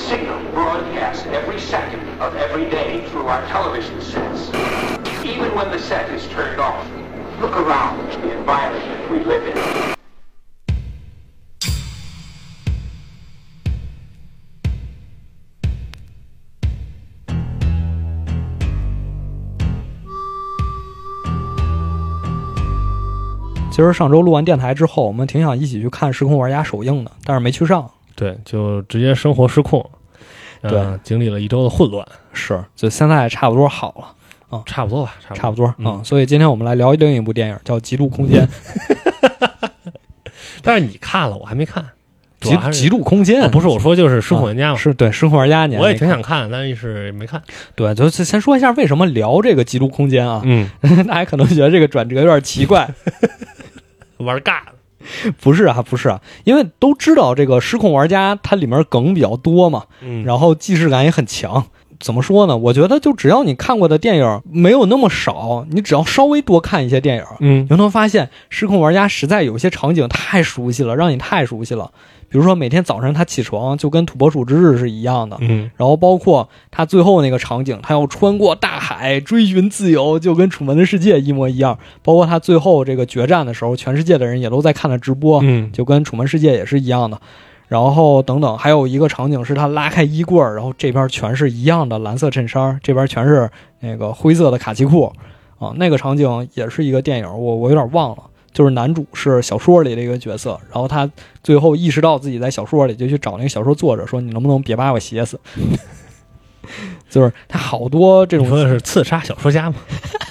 signal broadcast every second of every day through our television sets. Even when the set is turned off, look around the environment we live in. 其实上周录完电台之后，我们挺想一起去看《时空玩家》首映的，但是没去上。 对，就直接生活失控。 对， 经历了一周的混乱。 是，就现在差不多好了。 差不多吧， 差不多。所以今天我们来聊另一部电影，叫《极度空间》。 但是你看了，我还没看。 极度空间、 不是我说，就是《时空玩家》嘛。 是对《时空玩家》， 我也挺想看，但是没看。 对，就先说一下为什么聊这个极度空间啊？大家可能觉得这个转折有点奇怪。 玩尬了。 不是啊，因为都知道这个《失控玩家》它里面梗比较多嘛，然后既视感也很强。怎么说呢？我觉得就只要你看过的电影没有那么少，你只要稍微多看一些电影，你就能发现《失控玩家》实在有些场景太熟悉了，让你太熟悉了。比如说每天早上他起床就跟土拨鼠之日是一样的，然后包括他最后那个场景，他要穿过大海追寻自由，就跟楚门的世界一模一样。包括他最后这个决战的时候，全世界的人也都在看他直播，就跟楚门世界也是一样的。然后等等，还有一个场景是他拉开衣柜，然后这边全是一样的蓝色衬衫，这边全是那个灰色的卡其裤啊。那个场景也是一个电影，我有点忘了。就是男主是小说里的一个角色，然后他最后意识到自己在小说里，就去找那个小说作者说：“你能不能别把我写死？”就是他好多这种。 你说的是刺杀小说家吗？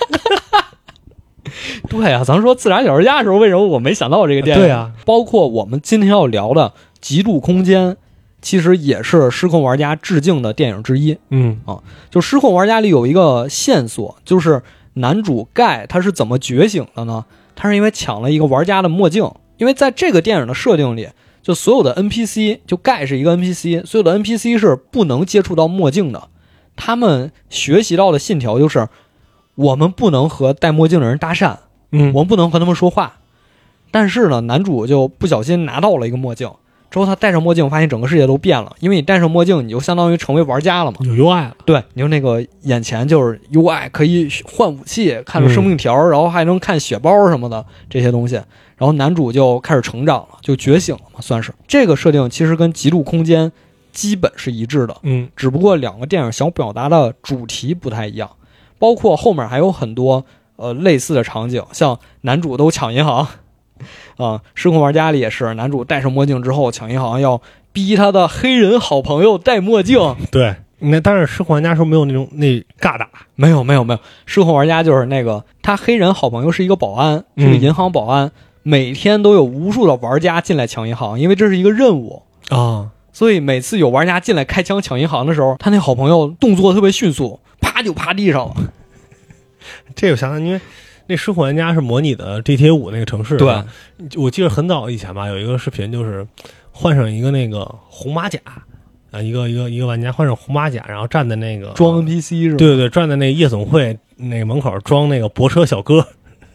对啊，咱说刺杀小说家的时候，为什么我没想到这个电影？ 对啊， 包括我们今天要聊的《极度空间》，其实也是《失控玩家》致敬的电影之一。就《失控玩家》里有一个线索，就是男主盖他是怎么觉醒的呢？他是因为抢了一个玩家的墨镜，因为在这个电影的设定里，就所有的 NPC， 就盖是一个 NPC， 所有的 NPC 是不能接触到墨镜的。他们学习到的信条就是，我们不能和戴墨镜的人搭讪，我们不能和他们说话。但是呢，男主就不小心拿到了一个墨镜，之后他戴上墨镜，发现整个世界都变了，因为你戴上墨镜，你就相当于成为玩家了嘛， 有 UI 了。 对，你就那个眼前就是 UI， 可以换武器，看着生命条，然后还能看血包什么的这些东西。然后男主就开始成长了，就觉醒了嘛，算是。这个设定其实跟极度空间基本是一致的，只不过两个电影想表达的主题不太一样。包括后面还有很多类似的场景，像男主都抢银行。失控玩家里也是，男主戴上墨镜之后抢银行，要逼他的黑人好朋友戴墨镜。 对，那但是失控玩家说没有那种那尬打， 没有。失控玩家就是那个他黑人好朋友是一个保安，是个银行保安，每天都有无数的玩家进来抢银行，因为这是一个任务啊。 所以每次有玩家进来开枪抢银行的时候，他那好朋友动作特别迅速，啪就趴地上了。 这我想想，因为那失控玩家是模拟的 GTA 5那个城市。 对， 我记得很早以前吧，有一个视频就是换上一个那个红马甲啊，一个玩家换上红马甲，然后站在那个装 NPC 是吧？ 对，站在那个夜总会那个门口装那个泊车小哥。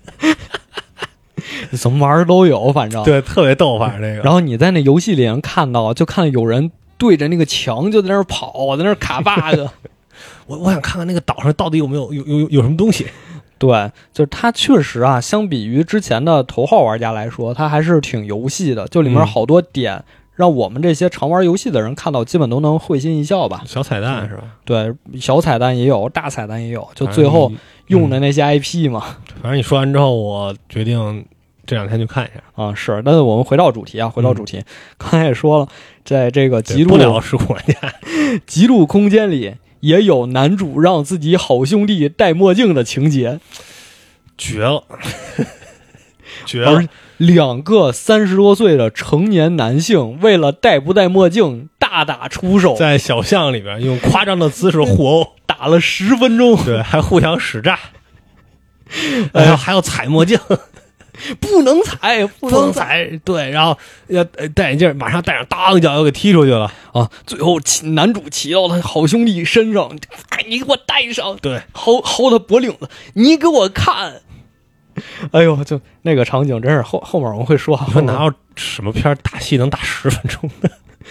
怎么玩都有，反正对，特别逗，反正那个。 然后你在那游戏里能看到，就看有人对着那个墙就在那儿跑，在那儿卡 bug。 我想看看那个岛上到底有没有什么东西。 对，就是它确实啊，相比于之前的头号玩家来说，它还是挺游戏的。就里面好多点，让我们这些常玩游戏的人看到，基本都能会心一笑吧。 小彩蛋是吧？ 对，小彩蛋也有，大彩蛋也有，就最后用的那些 IP 嘛。 反正你说完之后，我决定这两天去看一下啊。是，但是我们回到主题啊，刚才也说了，在这个极度不聊失控玩家极度空间里。也有男主让自己好兄弟戴墨镜的情节， 绝了！而两个30多岁的成年男性为了戴不戴墨镜大打出手， 在小巷里边用夸张的姿势互殴， 打了10分钟， 对，还互相使诈，还要踩墨镜。 不能踩， 对，然后要戴眼镜，马上戴上，当一脚又给踢出去了啊！最后男主骑到他好兄弟身上，你给我戴上， 对， 薅他脖领子，你给我看。哎呦，就那个场景真是后面我们会说， 你说哪有什么片打戏能打10分钟的？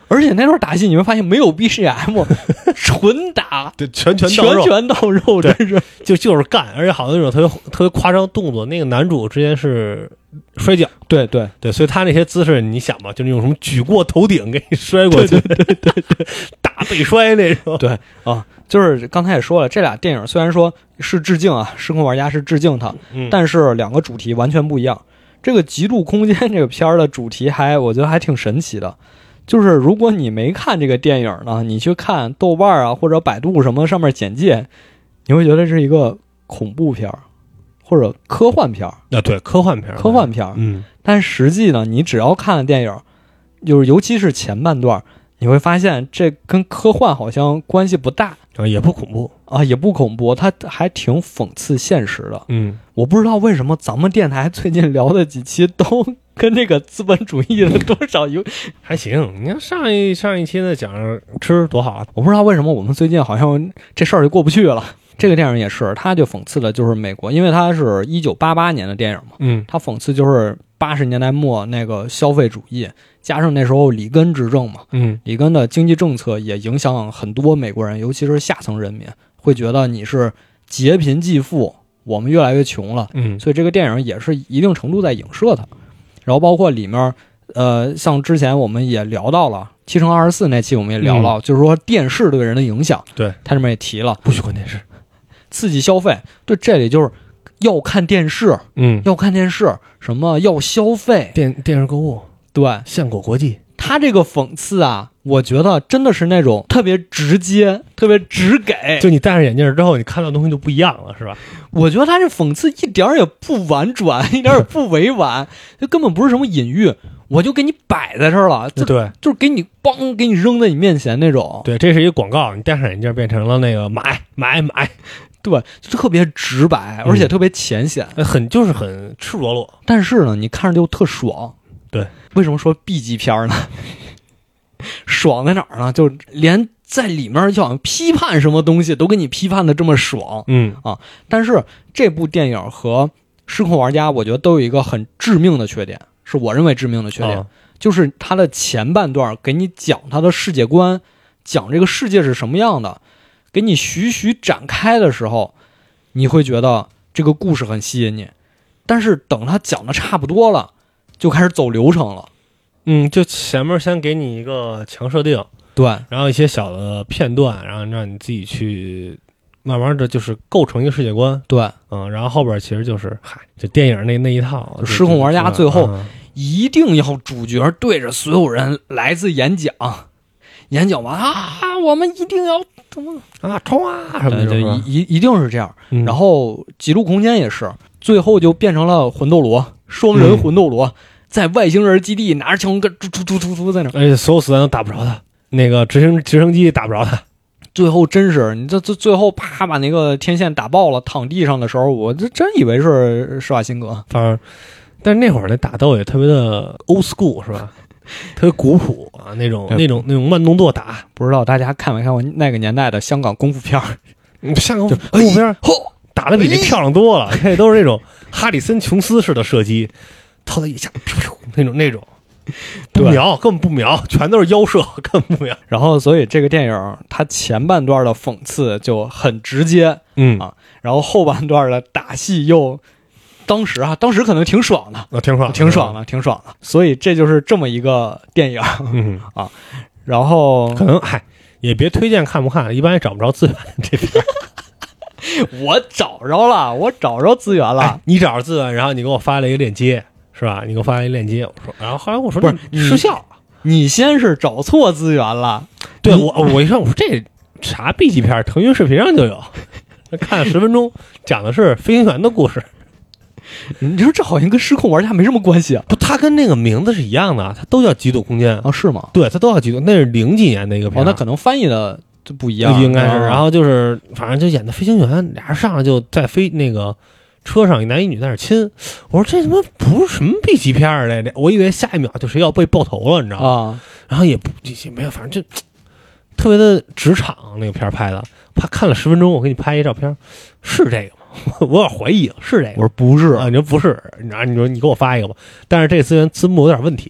而且那段打戏你会发现没有 BGM， 纯打， 对，拳到肉， 真是就是干，而且好多那种特别夸张动作。那个男主之前是摔跤， 对， 所以他那些姿势，你想吧，就那种什么举过头顶给你摔过去，对，大背摔那种。 对啊，就是刚才也说了，这俩电影虽然说是致敬啊，《时空玩家》是致敬它，但是两个主题完全不一样。这个《极度空间》这个片儿的主题我觉得还挺神奇的，就是如果你没看这个电影呢，你去看豆瓣啊或者百度什么上面简介，你会觉得是一个恐怖片或者科幻片啊，对，科幻片， 但实际呢，你只要看了电影，就是尤其是前半段，你会发现这跟科幻好像关系不大啊，也不恐怖， 它还挺讽刺现实的。我不知道为什么咱们电台最近聊的几期都跟这个资本主义的多少有还行。你看上一期的讲吃多好啊， 我不知道为什么我们最近好像这事儿就过不去了。这个电影也是，它就讽刺的就是美国，因为它是1988年的电影嘛，它讽刺就是80年代末那个消费主义，加上那时候里根执政嘛，里根的经济政策也影响很多美国人，尤其是下层人民，会觉得你是劫贫济富，我们越来越穷了，所以这个电影也是一定程度在影射它。然后包括里面，像之前我们也聊到了7×24那期，我们也聊到，就是说电视对人的影响， 对， 它里面也提了， 不许关电视。 刺激消费，对，这里就是要看电视，要看电视，什么要消费， 电视购物， 对， 橡果国际， 他这个讽刺啊，我觉得真的是那种特别直接，特别直给， 就你戴上眼镜之后，你看到的东西就不一样了，是吧？ 我觉得他这讽刺一点也不婉转，一点也不委婉，就根本不是什么隐喻，我就给你摆在这儿了， 对， 就是给你给你扔在你面前那种。 对，这是一个广告，你戴上眼镜变成了那个买。 对，就特别直白，而且特别浅显， 很赤裸裸。 但是呢，你看着就特爽。 对， 为什么说 B 级片呢？爽在哪儿呢？就连在里面就好像批判什么东西都给你批判的这么爽。但是这部电影和《失控玩家》我觉得都有一个很致命的缺点，是我认为致命的缺点，就是它的前半段给你讲它的世界观，讲这个世界是什么样的，给你徐徐展开的时候，你会觉得这个故事很吸引你，但是等他讲的差不多了，就开始走流程了。 就前面先给你一个强设定， 对， 然后一些小的片段，然后让你自己去慢慢的就是构成一个世界观， 对， 然后后边其实就是就电影那一套， 失控玩家最后一定要主角对着所有人来自演讲完我们一定要怎么冲啊什么的， 一定是这样。然后极度空间也是，最后就变成了魂斗罗，双人魂斗罗，在外星人基地拿着枪跟突在那， 而且所有子弹都打不着他，那个直升机打不着他。 最后真是你这最后啪把那个天线打爆了，躺地上的时候，我真以为是施瓦辛格。 反正，但是那会儿那打斗也特别的 old school 是吧？特别古朴啊，那种慢动作打。 不知道大家看没看过那个年代的香港功夫片香港功夫片打得比那漂亮多了，这都是那种哈里森琼斯式的射击，掏他一下那种不瞄，根本不瞄，全都是腰射，根本不瞄。 然后所以这个电影它前半段的讽刺就很直接，然后后半段的打戏又当时可能挺爽的，挺爽的，所以这就是这么一个电影，然后可能也别推荐看不看，一般也找不着资源这边。 我找着资源了， 你找着资源，然后你给我发了一个链接，是吧？你给我发了一个链接，我说，然后后来我说不是失效， 你先是找错资源了， 对我一看我说这啥 B 级片，腾讯视频上就有，看了10分钟，讲的是飞行员的故事。 你说这好像跟失控玩家没什么关系啊？ 不，它跟那个名字是一样的，它都叫极度空间啊？是吗？ 对，它都叫极度，那是00几年的一个片， 那可能翻译的就不一样， 应该是。然后就是反正就演的飞行员，俩人上来就在飞那个车上，一男一女在那亲。我说这他妈不是什么 B 级片来的，我以为下一秒就谁要被爆头了，你知道吗？然后也没有，反正就特别的职场那个片拍的。看了10分钟，我给你拍一照片，是这个吗？我有点怀疑是这个。 我说不是啊，你说不是，你说你给我发一个吧。但是这个资源字幕有点问题，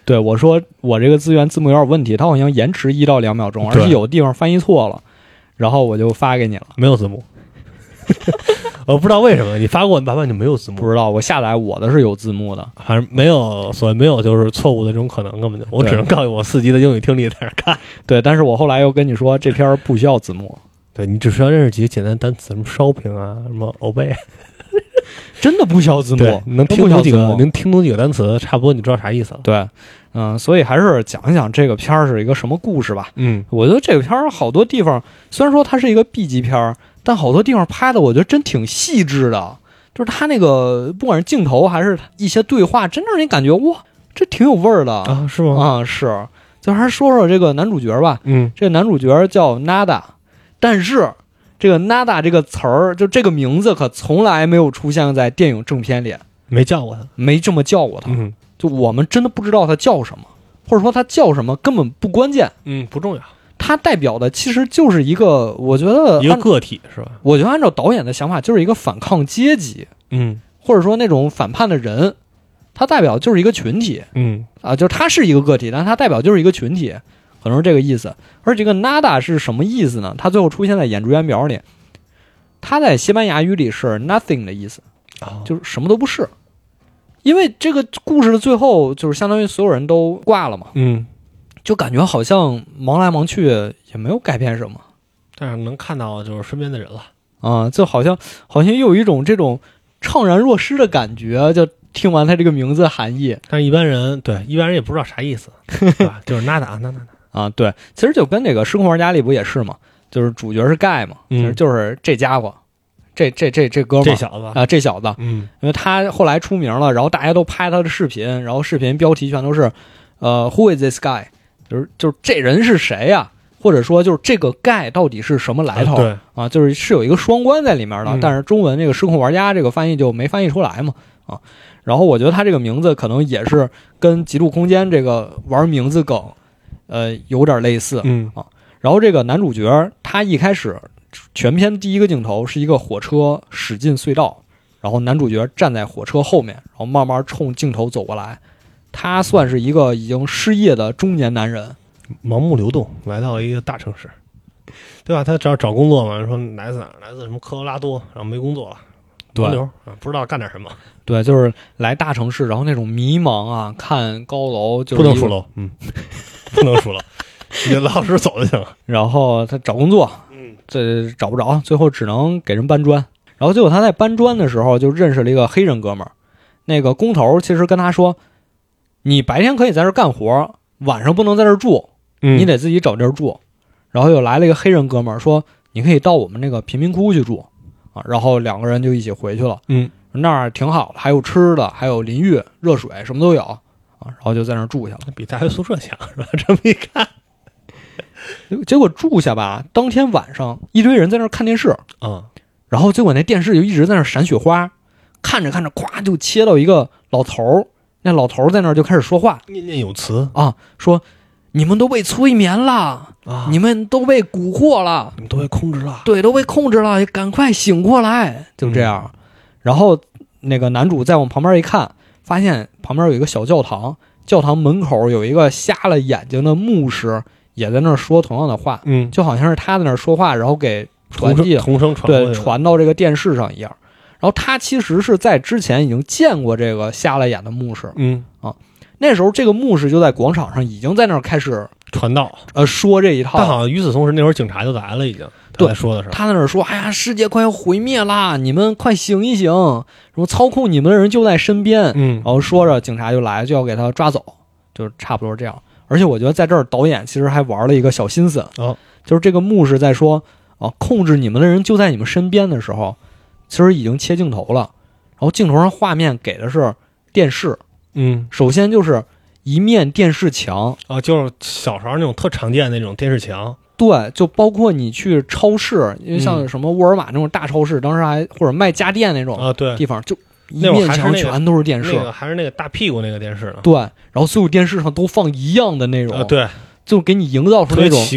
对，我说我这个资源字幕有点问题，它好像延迟1到2秒钟，而且有地方翻译错了，然后我就发给你了， 没有字幕。我不知道为什么你发过版本就没有字幕， 不知道我下载我的是有字幕的， 反正没有，所谓没有就是错误的这种可能，根本就我只能告诉我4级的英语听力在那看。 对，但是我后来又跟你说这片不需要字幕， 对你只需要认识几个简单单词，什么 shopping 啊，什么 obey， 真的不需要字幕， 能听懂几个单词，差不多你知道啥意思了。 对，所以还是讲一讲这个片儿是一个什么故事吧。我觉得这个片儿好多地方虽然说它是一个 B 级片儿，但好多地方拍的我觉得真挺细致的，就是他那个不管是镜头还是一些对话，真让人感觉哇，这挺有味儿的啊，是吗？ 啊，是。就还是说这个男主角吧，这个男主角叫 Nada， 但是这个 Nada 这个词儿，就这个名字可从来没有出现在电影正片里， 没叫过他， 没这么叫过他。就我们真的不知道他叫什么，或者说他叫什么根本不关键， 不重要。 他代表的其实就是一个，我觉得一个个体是吧？ 我觉得按照导演的想法，就是一个反抗阶级，或者说那种反叛的人，他代表就是一个群体，就是他是一个个体，但他代表就是一个群体，可能是这个意思。而这个 nada 是什么意思呢？他最后出现在演职员表里，他在西班牙语里是 nothing 的意思，就是什么都不是。因为这个故事的最后就是相当于所有人都挂了嘛，就感觉好像忙来忙去也没有改变什么， 但是能看到就是身边的人了就好像又有一种这种怅然若失的感觉，就听完他这个名字含义。 但是一般人也不知道啥意思，对吧？就是nada 啊，对，其实就跟那个《失控玩家》里不也是嘛，就是主角是盖嘛，其实就是这家伙，这哥们儿， 这小子啊，这小子，因为他后来出名了，然后大家都拍他的视频，然后视频标题全都是Who is this guy？ 就是这人是谁呀？或者说就是这个盖到底是什么来头？ 对啊，就是有一个双关在里面的，但是中文这个失控玩家这个翻译就没翻译出来嘛啊。然后我觉得他这个名字可能也是跟极度空间这个玩名字梗有点类似啊。然后这个男主角他一开始全片第一个镜头是一个火车驶进隧道，然后男主角站在火车后面，然后慢慢冲镜头走过来。他算是一个已经失业的中年男人， 盲目流动来到一个大城市，对吧？他找工作嘛，说来自哪？来自什么科罗拉多，然后没工作了， 对， 不知道干点什么。 对，就是来大城市，然后那种迷茫啊，看高楼就是不能数楼，不能数楼，你老实走就行了。 然后他找工作，这找不着，最后只能给人搬砖。然后结果他在搬砖的时候就认识了一个黑人哥们儿，那个工头其实跟他说，你白天可以在这干活，晚上不能在这住，你得自己找地儿住。然后又来了一个黑人哥们儿说，你可以到我们那个贫民窟去住啊。然后两个人就一起回去了，那儿挺好的，还有吃的，还有淋浴、热水，什么都有啊。然后就在那儿住下了， 比大学宿舍强是吧？这么一看， 结果住下吧，当天晚上一堆人在那儿看电视然后结果那电视就一直在那儿闪雪花，看着看着，咵就切到一个老头儿。那老头在那儿就开始说话， 念念有词啊，说你们都被催眠了啊，你们都被蛊惑了， 你们都被控制了， 对，都被控制了，赶快醒过来，就这样。然后那个男主再往旁边一看，发现旁边有一个小教堂，教堂门口有一个瞎了眼睛的牧师，也在那儿说同样的话，就好像是他在那儿说话，然后给传递同声传， 对，传到这个电视上一样。然后他其实是在之前已经见过这个瞎了眼的牧师，那时候这个牧师就在广场上已经在那儿开始传道， 说这一套。 但好像与此同时，那会儿警察就来了，已经。 对， 说的是他在那儿说：“哎呀，世界快要毁灭啦，你们快醒一醒！什么操控你们的人就在身边。”然后说着，警察就来，就要给他抓走，就差不多这样。而且我觉得在这儿导演其实还玩了一个小心思，就是这个牧师在说控制你们的人就在你们身边的时候，其实已经切镜头了，然后镜头上画面给的是电视，首先就是一面电视墙就是小时候那种特常见的那种电视墙， 对，就包括你去超市，因为像什么沃尔玛那种大超市，当时还或者卖家电那种地方，就一面墙全都是电视， 那个还是那个大屁股那个电视呢， 对，然后所有电视上都放一样的内容， 对， 就给你营造出那种奇怪，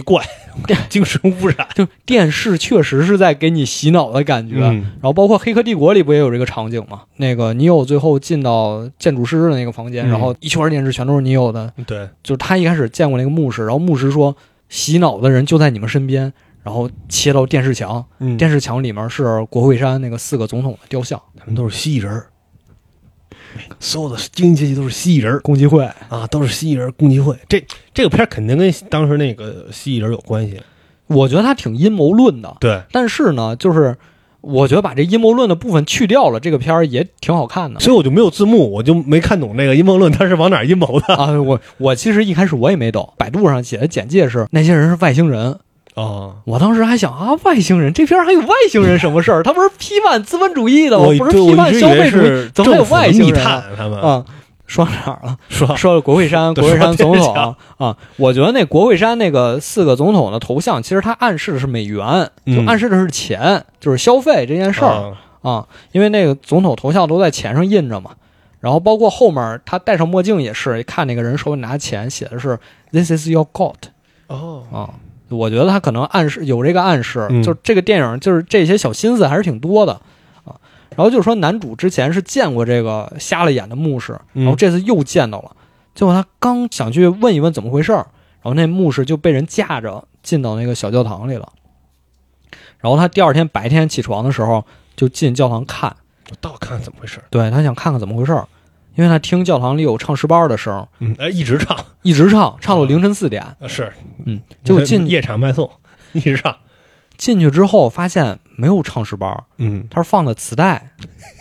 精神污染， 就电视确实是在给你洗脑的感觉。然后包括《黑客帝国》里不也有这个场景吗？那个尼欧最后进到建筑师的那个房间，然后一圈电视全都是尼欧的。 对， 就是他一开始见过那个牧师，然后牧师说洗脑的人就在你们身边，然后切到电视墙，电视墙里面是国会山那个4个总统的雕像， 他们都是蜥蜴人。所有的精英阶级都是蜥蜴人共济会啊，都是蜥蜴人共济会。这个片肯定跟当时那个蜥蜴人有关系。 我觉得他挺阴谋论的， 对。但是呢，就是我觉得把这阴谋论的部分去掉了，这个片儿也挺好看的。 所以我就没有字幕，我就没看懂那个阴谋论，他是往哪阴谋的啊？我其实一开始我也没懂，百度上写的简介是那些人是外星人。我当时还想啊，外星人这片还有外星人什么事儿？他不是批判资本主义的吗？不是批判消费主义，怎么还有外星人啊？说哪儿了？说了国会山总统啊！我觉得那国会山那个4个总统的头像，其实它暗示的是美元，就暗示的是钱，就是消费这件事儿啊。因为那个总统头像都在钱上印着嘛。然后包括后面他戴上墨镜也是，看那个人手里拿钱，写的是 "This is your God"。我觉得他可能暗示有这个暗示，就这个电影就是这些小心思还是挺多的啊。然后就是说男主之前是见过这个瞎了眼的牧师，然后这次又见到了，结果他刚想去问一问怎么回事，然后那牧师就被人架着进到那个小教堂里了。然后他第二天白天起床的时候就进教堂看， 到看看怎么回事。 对，他想看看怎么回事，因为他听教堂里有唱诗班的声， 一直唱到凌晨4点。 是， 结果进夜场卖送，一直唱。 进去之后发现没有唱诗班，他是放的磁带，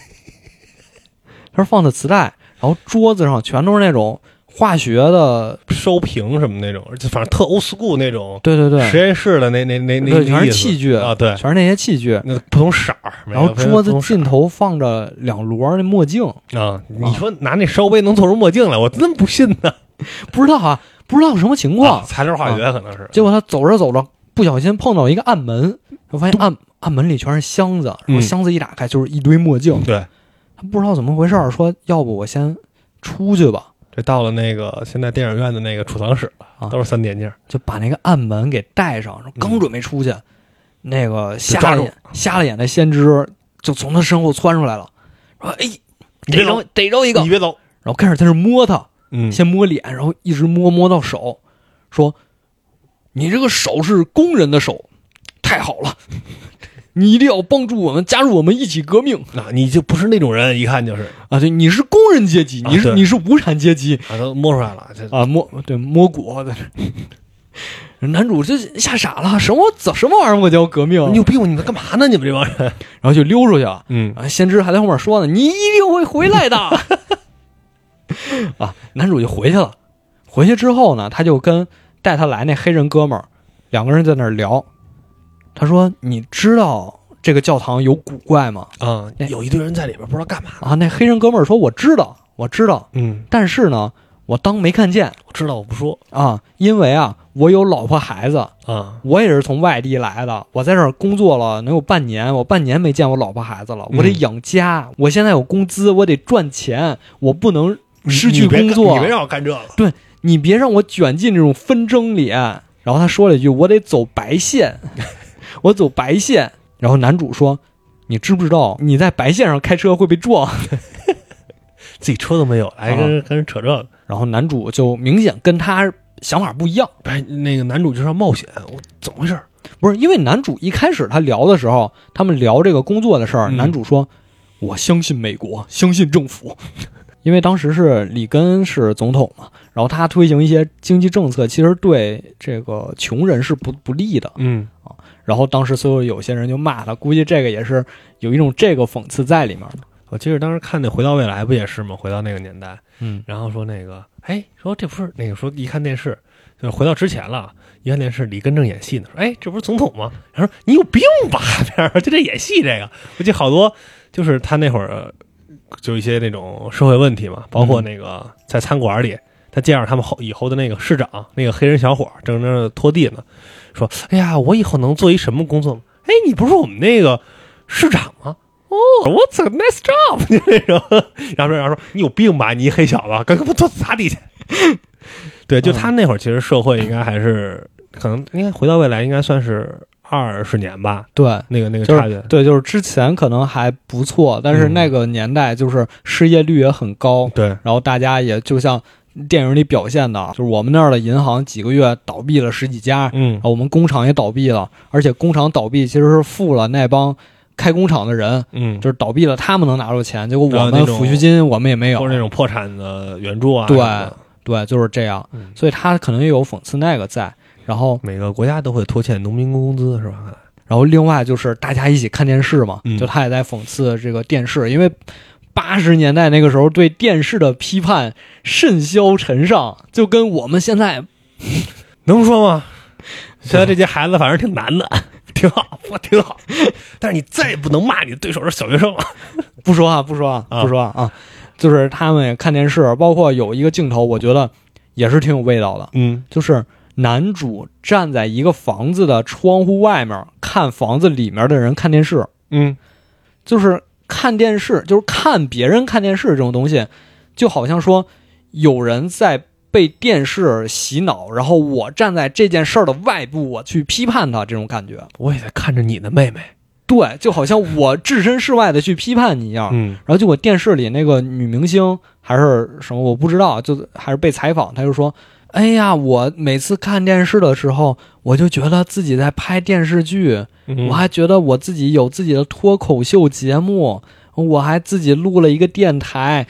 然后桌子上全都是那种化学的烧瓶什么那种，反正特old school那种。 对， 实验室的那全是器具啊，对， 全是那些器具， 那不同色儿。 然后桌子尽头放着2摞那墨镜啊！你说拿那烧杯能做出墨镜来，我真不信呢。 不知道什么情况， 材料化学可能是。 结果他走着不小心碰到一个暗门，我发现暗门里全是箱子，然后箱子一打开就是一堆墨镜。 对， 他不知道怎么回事，说要不我先出去吧。 这到了那个现在电影院的那个储藏室了，都是3点镜， 就把那个暗门给带上，刚准备出去，那个瞎了眼的先知就从他身后窜出来了，说：“哎，逮着一个， 你别走。” 然后开始在那摸他，先摸脸，然后一直摸到手，说：“你这个手是工人的手，太好了。”你一定要帮助我们，加入我们一起革命。 你就不是那种人，一看就是啊，对，你是工人阶级，你是无产阶级都摸出来了摸骨。男主就吓傻了，什么玩意儿？我叫革命？ 你有病！你们干嘛呢？你们这帮人， 然后就溜出去了。先知还在后面说呢：“你一定会回来的。”啊，男主就回去了。回去之后呢，他就跟带他来那黑人哥们儿2个人在那儿聊。他说：“你知道这个教堂有古怪吗？ 有一堆人在里边，不知道干嘛啊。”那黑人哥们儿说：“我知道，但是呢，我当没看见。 我知道，我不说啊，因为我有老婆孩子啊，我也是从外地来的，我在这儿工作了能有半年，我半年没见我老婆孩子了，我得养家，我现在有工资，我得赚钱，我不能失去工作。 你别让我干这个， 对，你别让我卷进这种纷争里。”然后他说了一句：“我得走白线。”我走白线，然后男主说：“你知不知道你在白线上开车会被撞？ 自己车都没有，还跟人扯这个。” 然后男主就明显跟他想法不一样。 那个男主就是要冒险，我怎么回事？ 不是，因为男主一开始他聊的时候，他们聊这个工作的事儿，男主说：“我相信美国，相信政府。”因为当时是里根是总统嘛，然后他推行一些经济政策，其实对这个穷人是不利的。然后当时有些人就骂他，估计这个也是有一种这个讽刺在里面的。 我记得当时看那《回到未来》不也是吗？回到那个年代，然后说那个，说这不是那个说一看电视，就是回到之前了，一看电视里根正演戏呢，说这不是总统吗？然后说你有病吧，就这演戏这个，我记得好多就是他那会儿就一些那种社会问题嘛，包括那个在餐馆里。他介绍他们以后的那个市长，那个黑人小伙正在那拖地呢，说：“哎呀，我以后能做一什么工作吗？你不是我们那个市长吗？哦 ，What's a nice job？” 那种，然后说：“你有病吧，你一黑小子，赶紧给我坐砸地去。”对，就他那会儿其实社会应该还是可能应该回到未来应该算是20年吧。 对， 那个差距， 对，就是之前可能还不错，但是那个年代就是失业率也很高， 对， 然后大家也就像电影里表现的，就是我们那儿的银行几个月倒闭了10几家，然后我们工厂也倒闭了，而且工厂倒闭其实是付了那帮开工厂的人，就是倒闭了，他们能拿到钱，结果我们抚恤金我们也没有， 或者那种破产的援助啊， 对，就是这样，所以他可能也有讽刺那个在。然后每个国家都会拖欠农民工资，是吧？ 然后另外就是大家一起看电视嘛，就他也在讽刺这个电视，因为80年代那个时候对电视的批判甚嚣尘上，就跟我们现在能说吗？现在这些孩子反正挺难的，挺好，但是你再也不能骂你的对手是小学生了。 不说啊，就是他们看电视，包括有一个镜头，我觉得也是挺有味道的，就是男主站在一个房子的窗户外面看房子里面的人看电视，就是看电视，就是看别人看电视这种东西，就好像说有人在被电视洗脑，然后我站在这件事儿的外部，我去批判他，这种感觉。 我也在看着你的妹妹， 对，就好像我置身事外的去批判你一样。然后结果电视里那个女明星还是什么我不知道，就还是被采访，他就说：“哎呀，我每次看电视的时候，我就觉得自己在拍电视剧，我还觉得我自己有自己的脱口秀节目，我还自己录了一个电台。”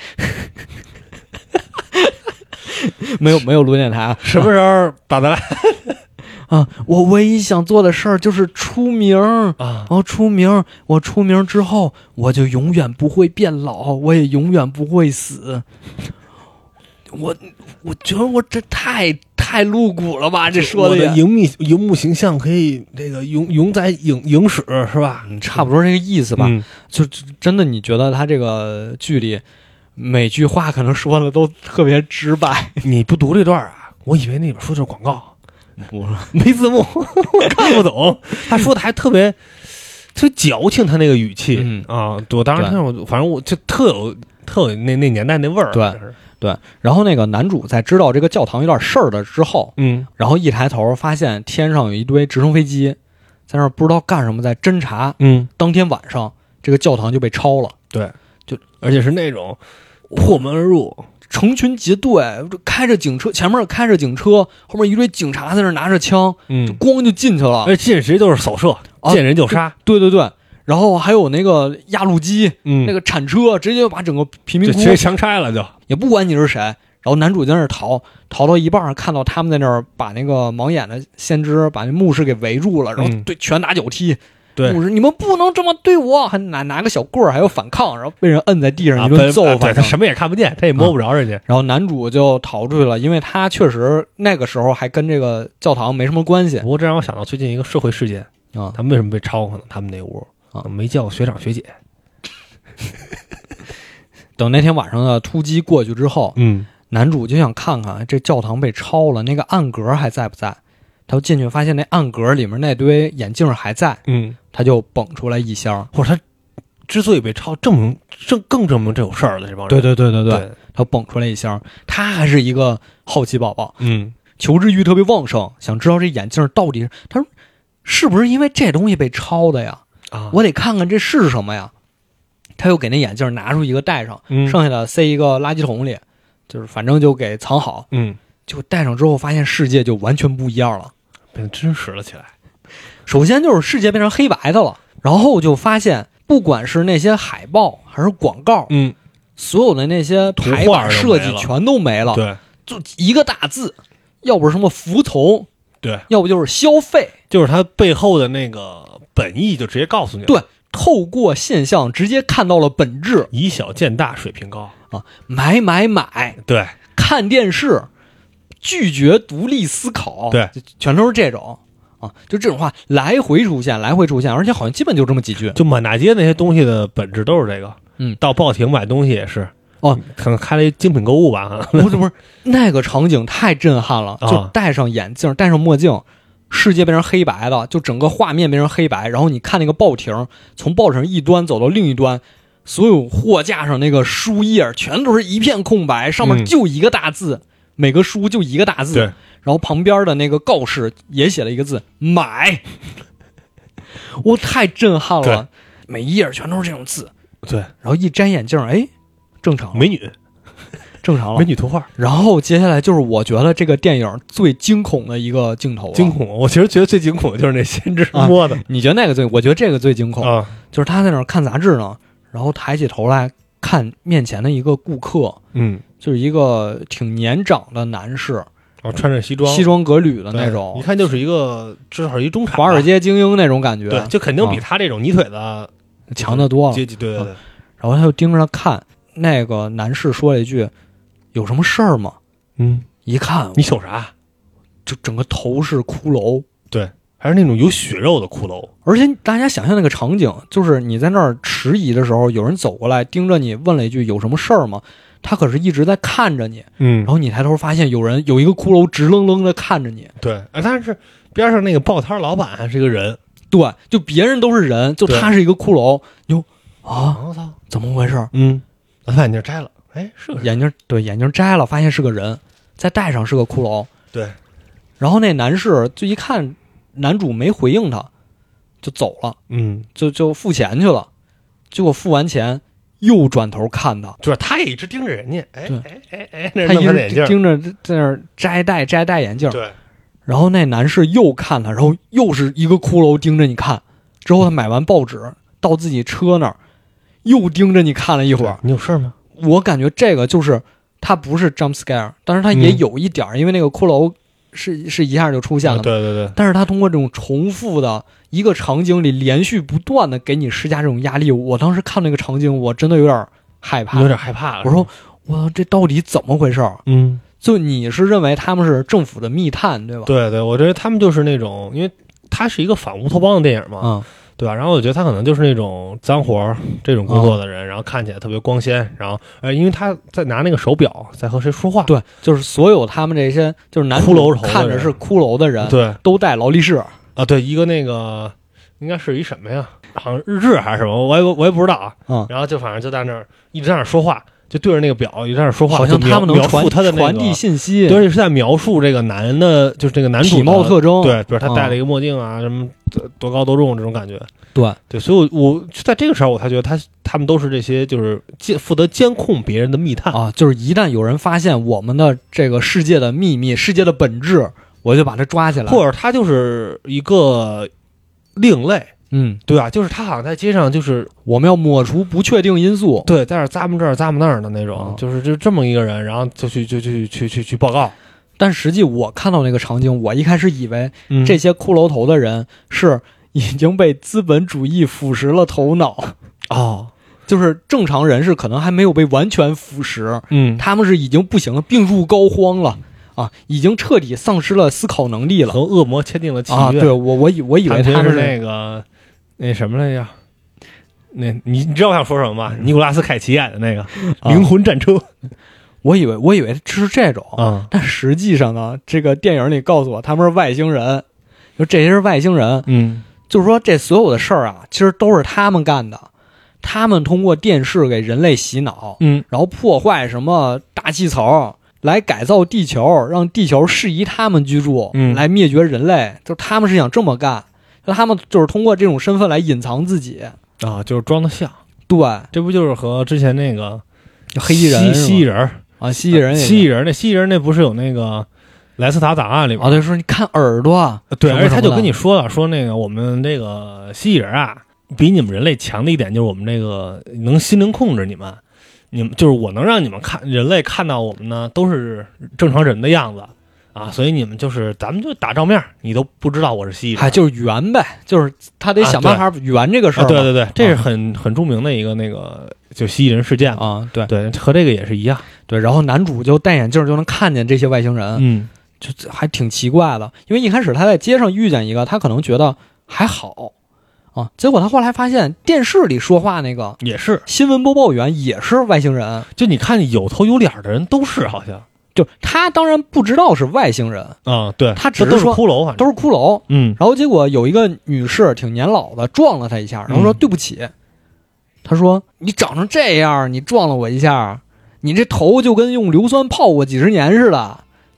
没有录电台啊？ 什么时候打得来？ 我唯一想做的事儿就是出名啊！然后我出名之后，我就永远不会变老，我也永远不会死。我觉得我这太露骨了吧？这说的荧幕形象可以这个永在影史是吧？ 差不多这个意思吧。就真的，你觉得他这个剧里每句话可能说的都特别直白？ 你不读这段啊？我以为那本书就是广告。没字幕，我看不懂。他说的还特别矫情，他那个语气我当时看，反正我就特有那年代那味儿。 对。然后那个男主在知道这个教堂有点事儿了之后，然后一抬头发现天上有一堆直升飞机在那儿不知道干什么，在侦察。当天晚上这个教堂就被抄了。 对，就而且是那种破门而入。 成群结队，开着警车，前面开着警车，后面一堆警察在那拿着枪，就咣就进去了。 而且进谁都是扫射，见人就杀。 对。然后还有那个压路机，那个铲车，直接就把整个贫民窟直接强拆了，就也不管你是谁。然后男主在那儿逃到一半，看到他们在那儿把那个盲眼的先知把那牧师给围住了，然后对拳打脚踢。牧师，你们不能这么对我，还拿个小棍儿，还有反抗，然后被人摁在地上一顿揍。 对，他什么也看不见，他也摸不着人家。 然后男主就逃出去了，因为他确实那个时候还跟这个教堂没什么关系。 不过这让我想到最近一个社会事件他们为什么被抄？可能他们那屋没叫学长学姐。 等那天晚上的突击过去之后，男主就想看看这教堂被抄了，那个暗格还在不在。他就进去发现那暗格里面那堆眼镜还在，他就蹦出来一箱。 或者他之所以被抄，更证明这有事儿了。这帮人， 对，他蹦出来一箱。他还是一个好奇宝宝，求知欲特别旺盛，想知道这眼镜到底他说是不是因为这东西被抄的呀？我得看看这是什么呀。他又给那眼镜拿出一个戴上，剩下的塞一个垃圾桶里，就是反正就给藏好。就戴上之后发现世界就完全不一样了。 变真实了起来。 首先就是世界变成黑白的了，然后就发现不管是那些海报还是广告，所有的那些排版设计全都没了。 对， 就一个大字，要不是什么服从， 对， 要不就是消费， 就是它背后的那个本意就直接告诉你了。 对，透过现象直接看到了本质。 以小见大，水平高买。 对， 看电视。拒绝独立思考， 对， 全都是这种就这种话来回出现，而且好像基本就这么几句。 就满大街那些东西的本质都是这个。到报亭买东西也是可能开了一精品购物吧。 不是，那个场景太震撼了，就戴上眼镜，戴上墨镜，世界变成黑白的，就整个画面变成黑白，然后你看那个报亭，从报亭一端走到另一端，所有货架上那个书页全都是一片空白，上面就一个大字。 每个书就一个大字， 对， 然后旁边的那个告示也写了一个字买，我太震撼了，每一页全都是这种字， 对， 然后一摘眼镜，哎，正常了， 美女。 正常了， 美女图画。 然后接下来就是我觉得这个电影最惊恐的一个镜头， 惊恐。我其实觉得最惊恐的就是那先知摸的， 你觉得那个最？我觉得这个最惊恐啊， 就是他在那儿看杂志呢，然后抬起头来看面前的一个顾客，就是一个挺年长的男士， 穿着西装革履的那种， 一看就是一个至少一中产， 华尔街精英那种感觉， 对，就肯定比他这种泥腿子强得多了， 阶级，对。然后他就盯着看，那个男士说了一句。有什么事儿吗？一看你瞅啥？ 就整个头是骷髅， 对，还是那种有血肉的骷髅。 而且大家想象那个场景，就是你在那儿迟疑的时候，有人走过来盯着你，问了一句有什么事儿吗？他可是一直在看着你，然后你抬头发现有一个骷髅直愣愣的看着你， 对，但是边上那个报摊老板还是一个人， 对，就别人都是人，就他是一个骷髅， 我操， 怎么回事？ 把眼镜摘了。哎，是个眼镜摘了，发现是个人，再戴上是个骷髅。 对， 然后那男士就一看男主没回应他，就走了。就付钱去了。结果付完钱又转头看他， 就是他也一直盯着人家。 他一直盯着在那儿摘戴眼镜。 对。 然后那男士又看他，然后又是一个骷髅盯着你看。之后他买完报纸到自己车那儿，又盯着你看了一会儿。 你有事吗？ 我感觉这个就是它不是 jump scare， 但是它也有一点，因为那个骷髅是一下就出现了， 对。 但是它通过这种重复的一个场景里连续不断的给你施加这种压力，我当时看那个场景，我真的有点害怕， 了。 我说我这到底怎么回事？就你是认为他们是政府的密探对吧？ 对，我觉得他们就是那种，因为它是一个反乌托邦的电影嘛，对吧？然后我觉得他可能就是那种脏活这种工作的人，然后看起来特别光鲜，然后因为他在拿那个手表在和谁说话， 对，就是所有他们这些就是男骷髅头看着是骷髅的人， 对， 都戴劳力士啊，对，一个那个应该是一什么呀？好像日志还是什么，我也不知道啊。然后就反正就在那儿一直在那儿说话。就对着那个表一直在那说话， 好像他们能传递信息， 对，是在描述这个男的，就是这个男主体貌特征， 对，比如他戴了一个墨镜啊，什么多高多重这种感觉， 对， 所以我就在这个时候，我才觉得他们都是这些就是负责监控别人的密探啊，就是一旦有人发现我们的这个世界的秘密、世界的本质，我就把他抓起来， 或者他就是一个另类。对吧？就是他好像在街上，就是我们要抹除不确定因素， 对，在这咂摸这儿咂摸那儿的那种，就是这么一个人，然后就去报告。 但实际我看到那个场景，我一开始以为这些骷髅头的人是已经被资本主义腐蚀了头脑就是正常人是可能还没有被完全腐蚀，他们是已经不行了，病入膏肓了。已经彻底丧失了思考能力了， 和恶魔签订了契约。 对，我以为他们是那个那什么来着？那你知道我想说什么吗？尼古拉斯凯奇演的那个灵魂战车。 我以为是这种，但实际上呢，这个电影里告诉我他们是外星人，就这些是外星人，就是说这所有的事儿啊，其实都是他们干的，他们通过电视给人类洗脑，然后破坏什么大气层，来改造地球，让地球适宜他们居住，来灭绝人类，就他们是想这么干，就他们就是通过这种身份来隐藏自己啊，就是装得像。 对， 这不就是和之前那个黑衣人、 蜥蜴人啊，蜥蜴人那蜥蜴人那不是有那个莱斯塔档案里边对，说你看耳朵， 对，而且他就跟你说了，说那个我们这个蜥蜴人啊，比你们人类强的一点就是我们这个能心灵控制你们就是我能让你们看人类看到我们呢都是正常人的样子啊，所以你们就是咱们就打照面，你都不知道我是蜥蜴人， 就是圆呗，就是他得想办法圆这个事儿。 对，这是很著名的一个那个就蜥蜴人事件啊，对， 和这个也是一样。 对，然后男主就戴眼镜就能看见这些外星人，就还挺奇怪的，因为一开始他在街上遇见一个，他可能觉得还好。结果他后来发现电视里说话那个也是新闻播报员，也是外星人。 就你看有头有脸的人都是好像， 就他当然不知道是外星人对， 他只是说骷髅， 都是骷髅。然后结果有一个女士挺年老的撞了他一下，然后说对不起。他说你长成这样，你撞了我一下，你这头就跟用硫酸泡过几十年似的。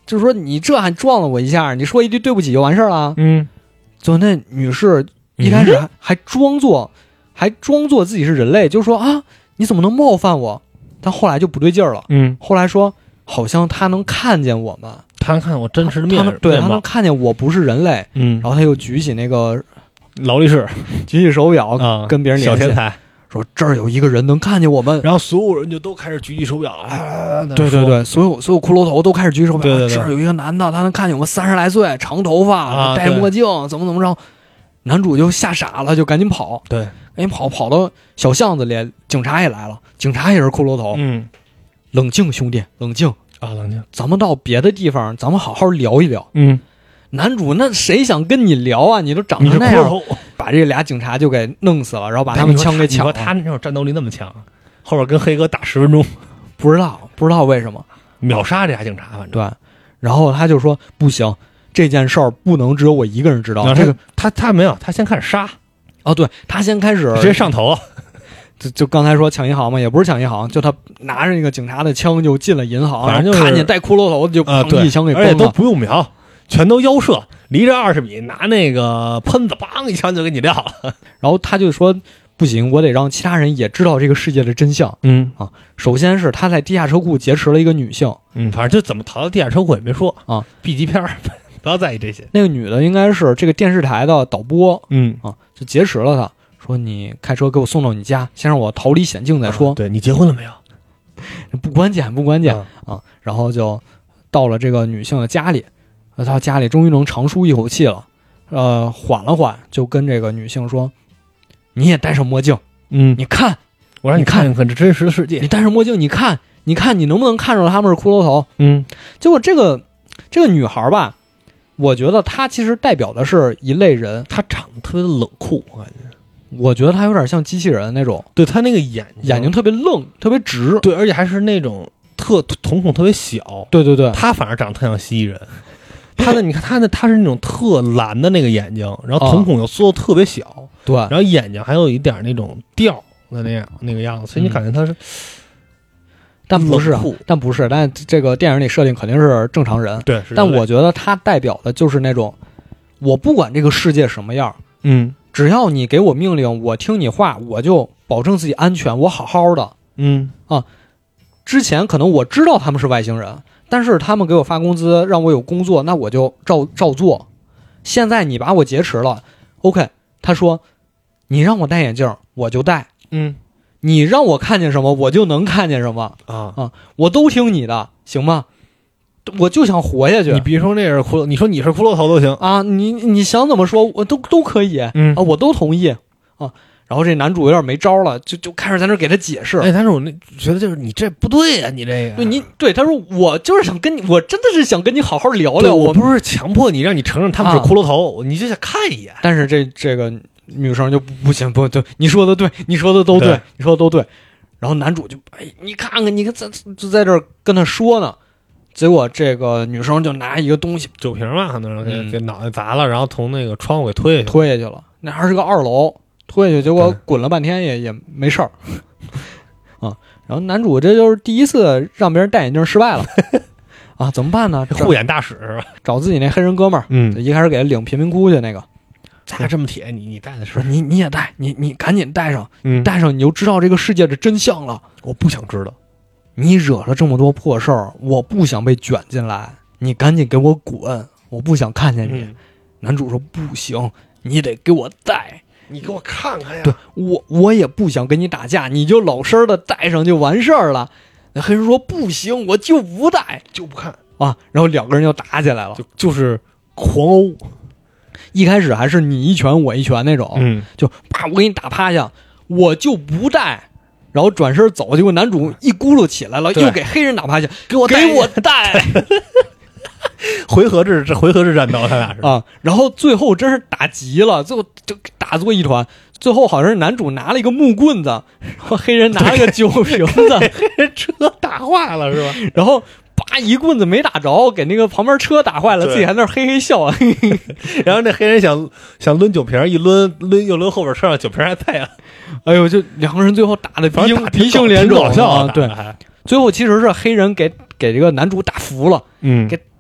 就是说你这还撞了我一下，你说一句对不起就完事儿了。就那女士一开始还装作自己是人类，就说啊你怎么能冒犯我？但后来就不对劲儿了。后来说好像他能看见我们， 他能看我真实的面貌， 对，他能看见我不是人类。然后他又举起那个劳力士， 举起手表，跟别人联系， 小天才说这儿有一个人能看见我们， 然后所有人就都开始举起手表， 对对对，所有骷髅头都开始举手表， 对， 这儿有一个男的，他能看见我们30来岁，长头发，戴墨镜，怎么着，男主就吓傻了，就赶紧跑， 对， 赶紧跑到小巷子里，警察也来了，警察也是骷髅头，冷静兄弟，冷静啊，冷静， 咱们到别的地方，咱们好好聊一聊，男主那谁想跟你聊啊？你都长成那样，把这俩警察就给弄死了，然后把他们枪给抢了。 你说他那种战斗力那么强，后边跟黑哥打10分钟， 不知道为什么秒杀这俩警察，反正对。然后他就说不行，这件事儿不能只有我一个人知道。 这个他没有，他先开始杀。 哦，对，他先开始直接上头了。 就刚才说抢银行嘛，也不是抢银行，就他拿着那个警察的枪就进了银行， 反正就是看见带骷髅头就一枪给崩了， 而且都不用瞄。全都腰射，离着20米，拿那个喷子，梆一枪就给你撂了。 然后他就说，不行，我得让其他人也知道这个世界的真相。首先是他在地下车库劫持了一个女性。 反正就怎么逃到地下车库也没说啊。B 级片不要在意这些。 那个女的应该是这个电视台的导播。就劫持了他，说你开车给我送到你家，先让我逃离险境再说。 对，你结婚了没有？ 不关键啊。然后就到了这个女性的家里。他家里终于能长舒一口气了，缓了缓，就跟这个女性说：“你也戴上墨镜，你看， 我让你看看这真实的世界。 你戴上墨镜，你看，你能不能看出来他们是骷髅头？”结果这个女孩吧，我觉得她其实代表的是一类人， 她长得特别的冷酷， 我觉得她有点像机器人那种， 对，她那个眼睛特别愣，特别直， 对，而且还是那种瞳孔特别小， 对， 她反而长得特像蜥蜴人。你看他是那种特蓝的那个眼睛，然后瞳孔又缩的特别小， 对， 然后眼睛还有一点那种吊的那个样子，所以你感觉他是， 但不是，但这个电影里设定肯定是正常人， 对， 但我觉得他代表的就是那种，我不管这个世界什么样，只要你给我命令，我听你话，我就保证自己安全，我好好的，之前可能我知道他们是外星人。但是他们给我发工资，让我有工作，那我就照做。现在你把我劫持了 ，OK？ 他说，你让我戴眼镜，我就戴。你让我看见什么，我就能看见什么啊！我都听你的，行吗？我就想活下去。 你别说那是骷髅，你说你是骷髅头都行啊！你想怎么说，我都可以我都同意啊。然后这男主有点没招了，就开始在那给他解释。 但是我觉得就是你这不对呀，你这个对他说我就是想跟你，我真的是想跟你好好聊聊。 我不是强迫你让你承认他们是骷髅头，你就想看一眼。 但是这个女生就不行，不对，你说的对，你说的都对，你说的都对。然后男主就你看看，你看就在这儿跟他说呢。结果这个女生就拿一个东西， 酒瓶嘛，可能给脑袋砸了，然后从那个窗户给推下去了。那还是个2楼。推下去，结果滚了半天也没事儿啊。然后男主这就是第一次让别人戴眼镜失败了啊，怎么办呢？ 护眼大使是吧？ 找自己那黑人哥们儿，一开始给他领贫民窟去那个， 咋这么铁？你戴的是你也戴，你赶紧戴上，戴上你就知道这个世界的真相了。 我不想知道， 你惹了这么多破事儿，我不想被卷进来，你赶紧给我滚，我不想看见你。男主说不行，你得给我戴。 你给我看看呀！ 对，我也不想跟你打架，你就老实的戴上就完事儿了。那黑人说不行，我就不戴， 就不看啊。然后2个人就打起来了， 就是狂殴。 一开始还是你一拳我一拳那种，就啪我给你打趴下，我就不戴。然后转身走，结果男主一咕噜起来了，又给黑人打趴下，给我戴。 回合制战斗，他俩是啊，然后最后真是打急了，最后就打作一团。最后好像是男主拿了一个木棍子，然后黑人拿了个酒瓶子， 黑人车打坏了是吧？ 然后叭一棍子没打着，给那个旁边车打坏了，自己还在那嘿嘿笑。 然后那黑人想抡酒瓶，一抡又抡后边车上酒瓶还在啊！ 哎呦，就2个人最后打的鼻青脸肿， 搞笑啊！对，最后其实是黑人给这个男主打服了，给打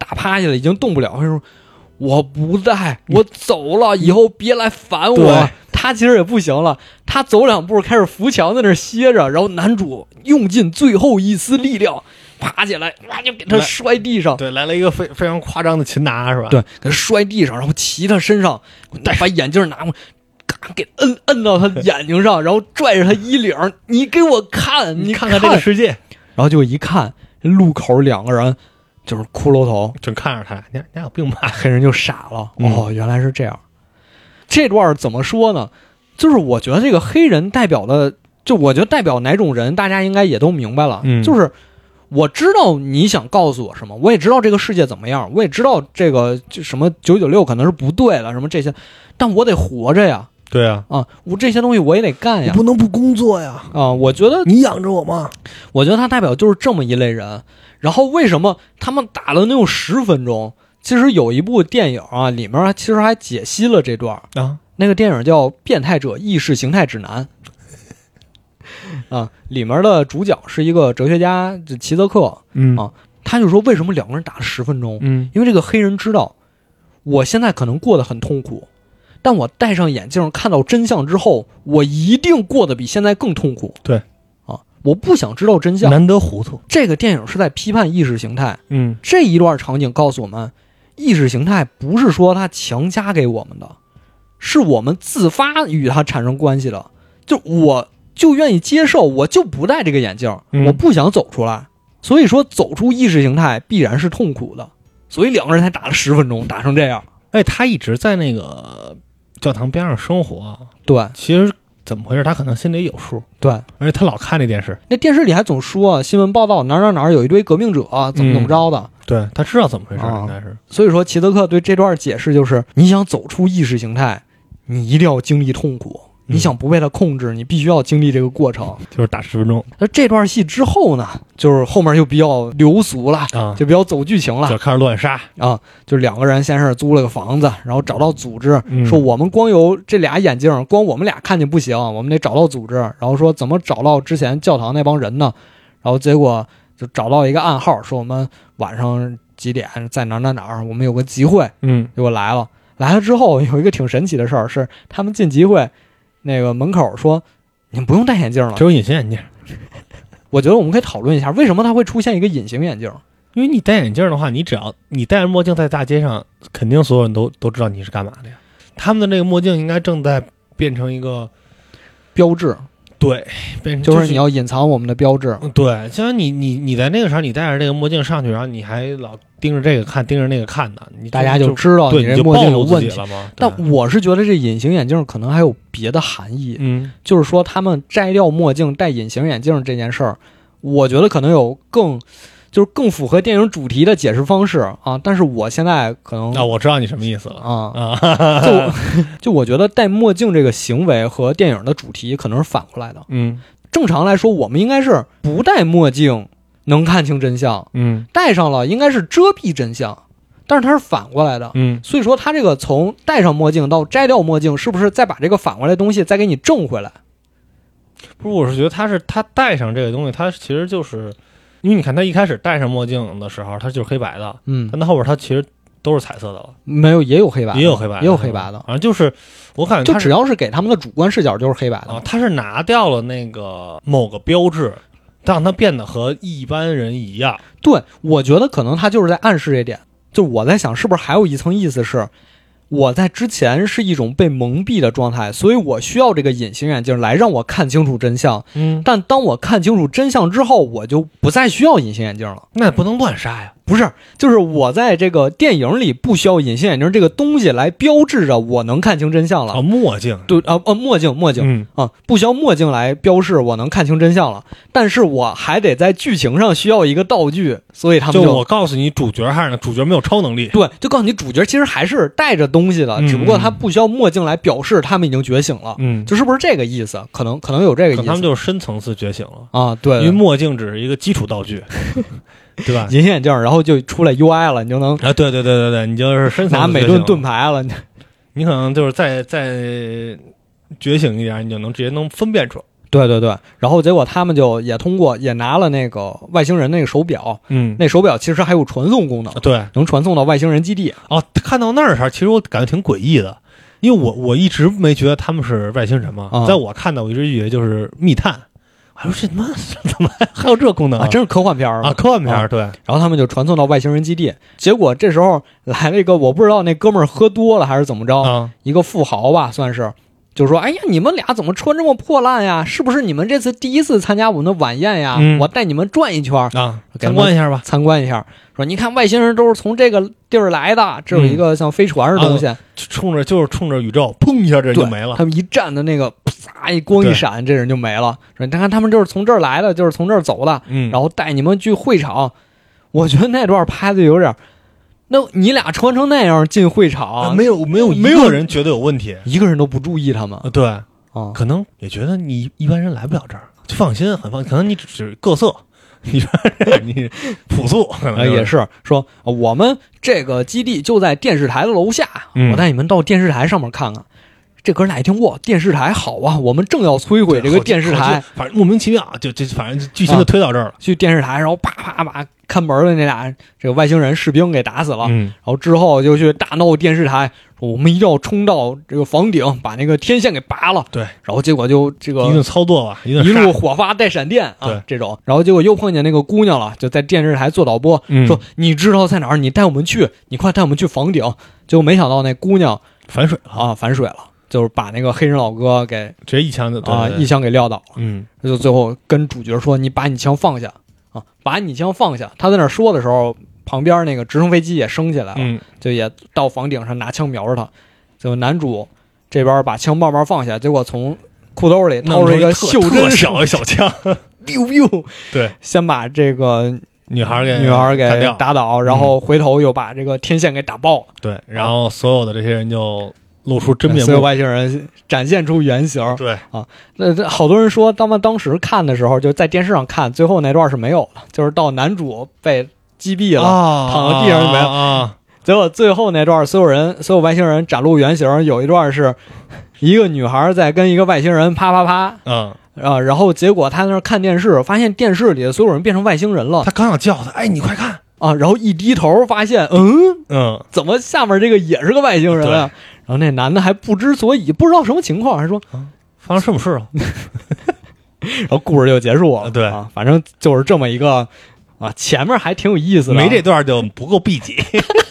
趴下了，已经动不了。他说我不在，我走了，以后别来烦我。他其实也不行了，他走2步开始扶墙在那歇着，然后男主用尽最后一丝力量爬起来，哇，就给他摔地上。 对，来了一个非常夸张的擒拿是吧？ 对，给他摔地上，然后骑他身上，把眼镜拿过，给摁到他眼睛上，然后拽着他衣领，你给我看，你看看这个世界。 然后就一看，路口2个人就是骷髅头， 正看着他，你有病吧？ 黑人就傻了。哦，原来是这样。这段怎么说呢？就是我觉得这个黑人代表的，就我觉得代表哪种人，大家应该也都明白了。就是我知道你想告诉我什么，我也知道这个世界怎么样，我也知道这个就什么996可能是不对了，什么这些，但我得活着呀。 对啊， 我这些东西我也得干呀， 不能不工作呀。 我觉得你养着我吗？ 我觉得他代表就是这么一类人。然后为什么他们打了能有10分钟？其实有一部电影啊，里面其实还解析了这段啊。 那个电影叫《变态者意识形态指南》里面的主角是一个哲学家齐泽克。他就说为什么2个人打了10分钟？因为这个黑人知道，我现在可能过得很痛苦，但我戴上眼镜看到真相之后，我一定过得比现在更痛苦。 对。 我不想知道真相， 难得糊涂。 这个电影是在批判意识形态。这一段场景告诉我们，意识形态不是说它强加给我们的，是我们自发与它产生关系的。就我就愿意接受，我就不戴这个眼镜，我不想走出来。所以说，走出意识形态必然是痛苦的。所以2个人才打了10分钟，打成这样。 他一直在那个教堂边上生活。 对， 其实。怎么回事？他可能心里有数。 对， 而且他老看那电视， 那电视里还总说新闻报道哪有一堆革命者怎么着的。 对，他知道怎么回事，应该是。 所以说齐泽克对这段解释就是，你想走出意识形态，你一定要经历痛苦。你想不被他控制，你必须要经历这个过程， 就是打10分钟。 那这段戏之后呢，就是后面就比较流俗了就比较走剧情了， 就开始乱杀就2个人先是租了个房子，然后找到组织，说我们光有这俩眼镜，光我们俩看见不行，我们得找到组织，然后说怎么找到之前教堂那帮人呢？然后结果就找到一个暗号，说我们晚上几点在哪儿，我们有个集会，结果来了之后有一个挺神奇的事儿，是他们进集会。那个门口说你们不用戴眼镜了， 只有隐形眼镜。 我觉得我们可以讨论一下为什么它会出现一个隐形眼镜。 因为你戴眼镜的话，你只要你戴着墨镜在大街上，肯定所有人都知道你是干嘛的呀。他们的那个墨镜应该正在变成一个标志。 对， 就是你要隐藏我们的标志。 对，像你在那个时候你戴着这个墨镜上去，然后你还老盯着这个看，盯着那个看的， 大家就知道你这墨镜有问题了吗？ 但我是觉得这隐形眼镜可能还有别的含义。就是说他们摘掉墨镜戴隐形眼镜这件事儿，我觉得可能有更符合电影主题的解释方式但是我现在可能我知道你什么意思了就我觉得戴墨镜这个行为和电影的主题可能是反过来的。正常来说我们应该是不戴墨镜能看清真相，戴上了应该是遮蔽真相，但是它是反过来的。所以说他这个从戴上墨镜到摘掉墨镜，是不是再把这个反过来的东西再给你正回来？ 不是，我是觉得他戴上这个东西，他其实就是因为你看他一开始戴上墨镜的时候他就是黑白的，但到后边他其实都是彩色的了。 没有，也有黑白的， 也有黑白的，反正就是我感觉就只要是给他们的主观视角就是黑白的。 他是拿掉了那个某个标志，让他变得和一般人一样。 对，我觉得可能他就是在暗示这点。就我在想是不是还有一层意思是，我在之前是一种被蒙蔽的状态，所以我需要这个隐形眼镜来让我看清楚真相。但当我看清楚真相之后，我就不再需要隐形眼镜了。 那也不能乱杀呀。 不是，就是我在这个电影里不需要隐形眼镜这个东西来标志着我能看清真相了。 墨镜。 对墨镜不需要墨镜来标示我能看清真相了。但是我还得在剧情上需要一个道具，所以他们就我告诉你主角还是主角没有超能力。 对，就告诉你主角其实还是带着东西的，只不过他不需要墨镜来表示他们已经觉醒了。就是不是这个意思？可能有这个意思。 他们就是深层次觉醒了对， 因为墨镜只是一个基础道具。对吧？ 隐形眼镜，然后就出来 UI 了，你就能对，你就是深层拿美盾盾牌了。 你可能就是再觉醒一点，你就能直接能分辨出来。 对对对，然后结果他们就也通过也拿了那个外星人那个手表，那手表其实还有传送功能， 对， 能传送到外星人基地。 哦，看到那儿的时候，其实我感觉挺诡异的，因为我一直没觉得他们是外星人嘛，在我看到我一直以为就是密探。我说这他妈怎么还有这功能啊？真是科幻片啊！ 科幻片对。然后他们就传送到外星人基地，结果这时候来了一个，我不知道那哥们儿喝多了还是怎么着，一个富豪吧算是。就说哎呀，你们俩怎么穿这么破烂呀？是不是你们这次第一次参加我们的晚宴呀？我带你们转一圈啊，参观一下吧。 参观一下，说你看外星人都是从这个地儿来的，这有一个像飞船似的东西， 冲着宇宙，砰一下这就没了。 他们一站的那个啪一光一闪，这人就没了。说你看他们就是从这儿来的，就是从这儿走的，然后带你们去会场。我觉得那段拍的有点。那你俩穿成那样进会场， 没有一个人觉得有问题， 一个人都不注意他们。 对，可能也觉得你一般人来不了这儿，就放心，很放心。可能你只是各色，你说你朴素，可能也是说我们这个基地就在电视台的楼下，我带你们到电视台上面看看。这哥俩一听，哇，电视台好啊，我们正要摧毁这个电视台， 反正莫名其妙，就反正剧情就推到这儿了。 去电视台，然后啪啪把看门的那俩这个外星人士兵给打死了，然后之后就去大闹电视台，说我们一定要冲到这个房顶，把那个天线给拔了。 对， 然后结果就这个一顿操作吧，一路火花带闪电啊， 对这种，然后结果又碰见那个姑娘了，就在电视台做导播，说你知道在哪儿，你带我们去，你快带我们去房顶。结果没想到那姑娘反水了啊，反水了。就是把那个黑人老哥给直接一枪一枪给撂倒了。就最后跟主角说：“你把你枪放下啊，把你枪放下。”他在那说的时候，旁边那个直升飞机也升起来了，就也到房顶上拿枪瞄着他。就男主这边把枪慢慢放下，结果从裤兜里掏出一个袖珍小枪 ，biu biu， 对， 先把这个女孩给打倒，然后回头又把这个天线给打爆了。 对，然后所有的这些人就露出真面目， 所有外星人展现出原形。 对啊，那好多人说他们当时看的时候，就在电视上看，最后那段是没有的，就是到男主被击毙了，躺在地上就没了。结果最后那段，所有外星人展露原形，有一段是一个女孩在跟一个外星人啪啪啪，然后结果他在那看电视，发现电视里的所有人变成外星人了。 他刚想叫他，哎，你快看啊！然后一低头发现，怎么下面这个也是个外星人啊？然后那男的还不知所以，不知道什么情况，还说发生什么事啊？ 然后故事就结束了。 对啊，反正就是这么一个啊，前面还挺有意思的， 没这段就不够 B 级。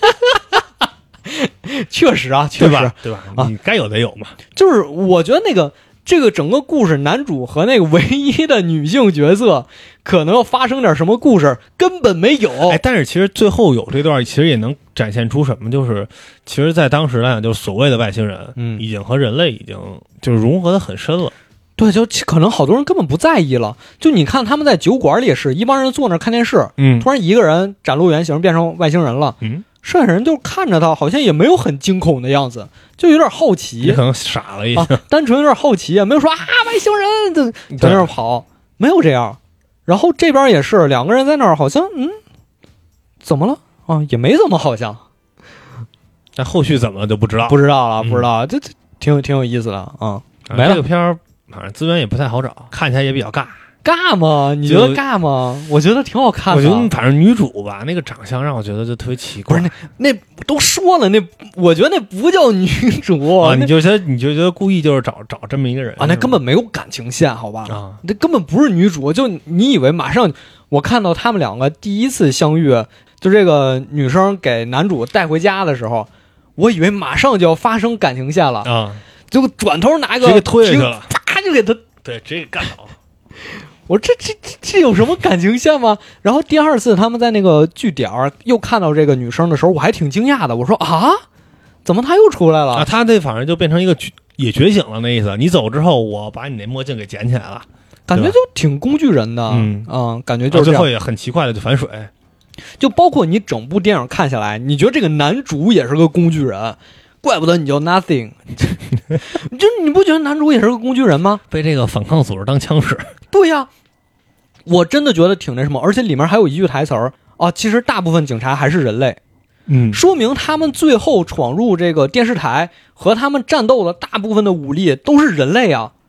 确实啊，确实对吧？你该有得有嘛。 就是我觉得这个整个故事，男主和那个唯一的女性角色可能要发生点什么故事，根本没有。 哎，但是其实最后有这段，其实也能展现出什么，就是其实，在当时来讲，就是所谓的外星人，已经和人类已经就是融合的很深了。 对，就可能好多人根本不在意了。就你看他们在酒馆里也是一帮人坐那看电视，突然一个人展露原形变成外星人了，剩下人就看着他，好像也没有很惊恐的样子，就有点好奇， 也可能傻了一下， 单纯有点好奇，没有说啊外星人就在那儿跑，没有这样。然后这边也是两个人在那儿，好像怎么了啊？也没怎么，好像。 但后续怎么了就不知道了， 不知道，这挺有意思的啊。没了， 这个片儿反正资源也不太好找，看起来也比较尬吗？你觉得尬吗？我觉得挺好看的。 我觉得反正女主吧，那个长相让我觉得就特别奇怪。 不是那都说了，我觉得那不叫女主啊！你就觉得故意就是找这么一个人啊？那根本没有感情线，好吧？啊，那根本不是女主。就你以为马上我看到他们两个第一次相遇，就这个女生给男主带回家的时候，我以为马上就要发生感情线了啊！结果转头拿个直接推下去了， 啪就给他对直接干倒。 我这有什么感情线吗？然后第二次他们在那个据点又看到这个女生的时候，我还挺惊讶的。我说啊，怎么她又出来了啊？她这反正就变成一个也觉醒了那意思。你走之后，我把你那墨镜给捡起来了， 感觉就挺工具人的。感觉就是最后也很奇怪的就反水。 就包括你整部电影看下来，你觉得这个男主也是个工具人。怪不得你叫 Nothing， 就你不觉得男主也是个工具人吗？ 被这个反抗组织当枪使。 对呀，我真的觉得挺那什么，而且里面还有一句台词啊，其实大部分警察还是人类，说明他们最后闯入这个电视台和他们战斗的大部分的武力都是人类啊，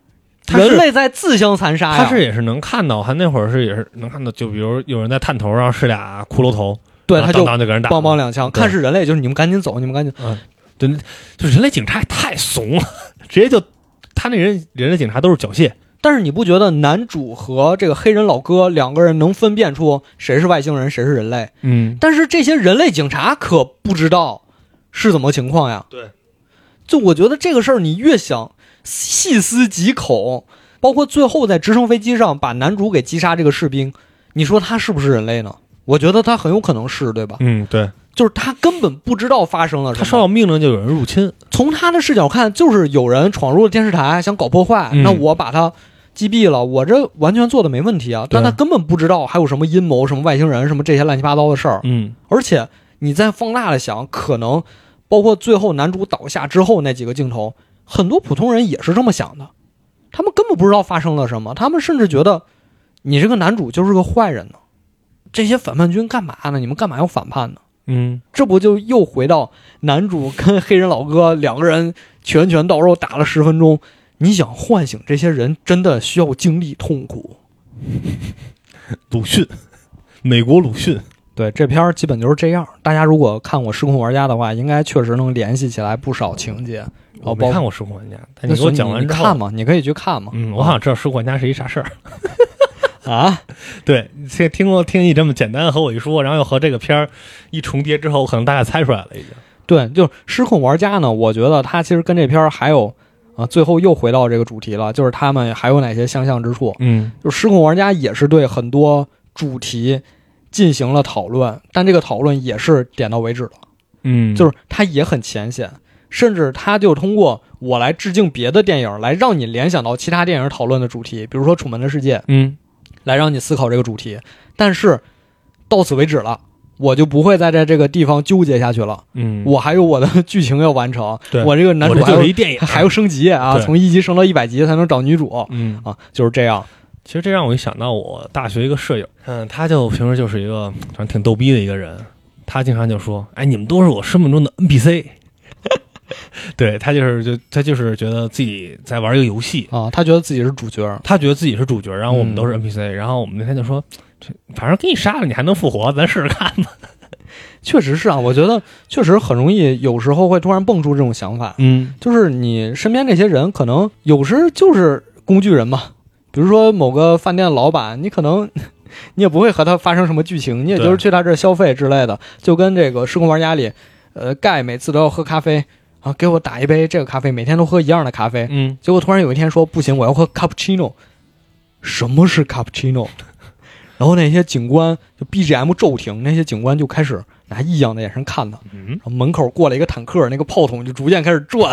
人类在自相残杀呀。 他是也是能看到，他那会儿是也是能看到，就比如有人在探头上是俩骷髅头， 对，他就当就给人打， 梆梆两枪，看是人类，就是你们赶紧走，你们赶紧， 对，就人类警察也太怂了，直接就他那人类警察都是缴械。 但是你不觉得男主和这个黑人老哥两个人能分辨出谁是外星人谁是人类？但是这些人类警察可不知道是怎么情况呀。 对， 就我觉得这个事儿你越想细思极恐，包括最后在直升飞机上把男主给击杀这个士兵，你说他是不是人类呢？我觉得他很有可能是，对吧？ 对， 就是他根本不知道发生了什么， 他收到命令就有人入侵。 从他的视角看，就是有人闯入了电视台想搞破坏，那我把他击毙了，我这完全做的没问题啊。但他根本不知道还有什么阴谋，什么外星人，什么这些乱七八糟的事儿。而且你再放大了想，可能包括最后男主倒下之后那几个镜头，很多普通人也是这么想的，他们根本不知道发生了什么，他们甚至觉得你这个男主就是个坏人呢。这些反叛军干嘛呢？你们干嘛要反叛呢？这不就又回到男主跟黑人老哥两个人拳拳到肉打了10分钟，你想唤醒这些人真的需要经历痛苦。 鲁迅，美国鲁迅。 对，这片基本就是这样。大家如果看过《失控玩家》的话，应该确实能联系起来不少情节。 我没看过《失控玩家》，但你给我讲完之后， 看嘛，你可以去看嘛。 我好像知道《失控玩家》是一啥事儿。 啊， 对，听你这么简单和我一说，然后又和这个片儿一重叠之后，我可能大概猜出来了已经。 对，就是失控玩家呢，我觉得他其实跟这片儿还有最后又回到这个主题了，就是他们还有哪些相像之处。就失控玩家也是对很多主题进行了讨论，但这个讨论也是点到为止了。就是他也很浅显，甚至他就通过我来致敬别的电影，来让你联想到其他电影讨论的主题，比如说《楚门的世界》。来让你思考这个主题，但是到此为止了，我就不会再在这个地方纠结下去了。我还有我的剧情要完成，我这个男主就是一电影还要升级啊，从1级升到100级才能找女主。就是这样。 其实这让我一想到我大学一个舍友，他就平时就是一个挺逗逼的一个人，他经常就说：“哎，你们都是我生命中的 NPC。”对，他就是觉得自己在玩一个游戏啊，他觉得自己是主角， 然后我们都是 NPC，然后我们那天就说，反正给你杀了你还能复活，咱试试看吧。 确实是啊，我觉得确实很容易，有时候会突然蹦出这种想法。就是你身边这些人可能有时就是工具人嘛，比如说某个饭店的老板，你可能你也不会和他发生什么剧情，你也就是去他这儿消费之类的，就跟这个《失控玩家》里盖每次都要喝咖啡啊，给我打一杯这个咖啡，每天都喝一样的咖啡。结果突然有一天说不行，我要喝卡布奇诺。什么是卡布奇诺？然后那些警官就 BGM 骤停，那些警官就开始拿异样的眼神看他。然后门口过了一个坦克，那个炮筒就逐渐开始转。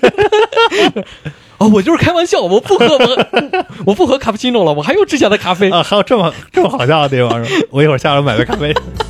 我就是开玩笑，我不喝卡布奇诺了，我还有之前的咖啡啊，还有这么好笑的地方是吧？我一会儿下来买杯咖啡。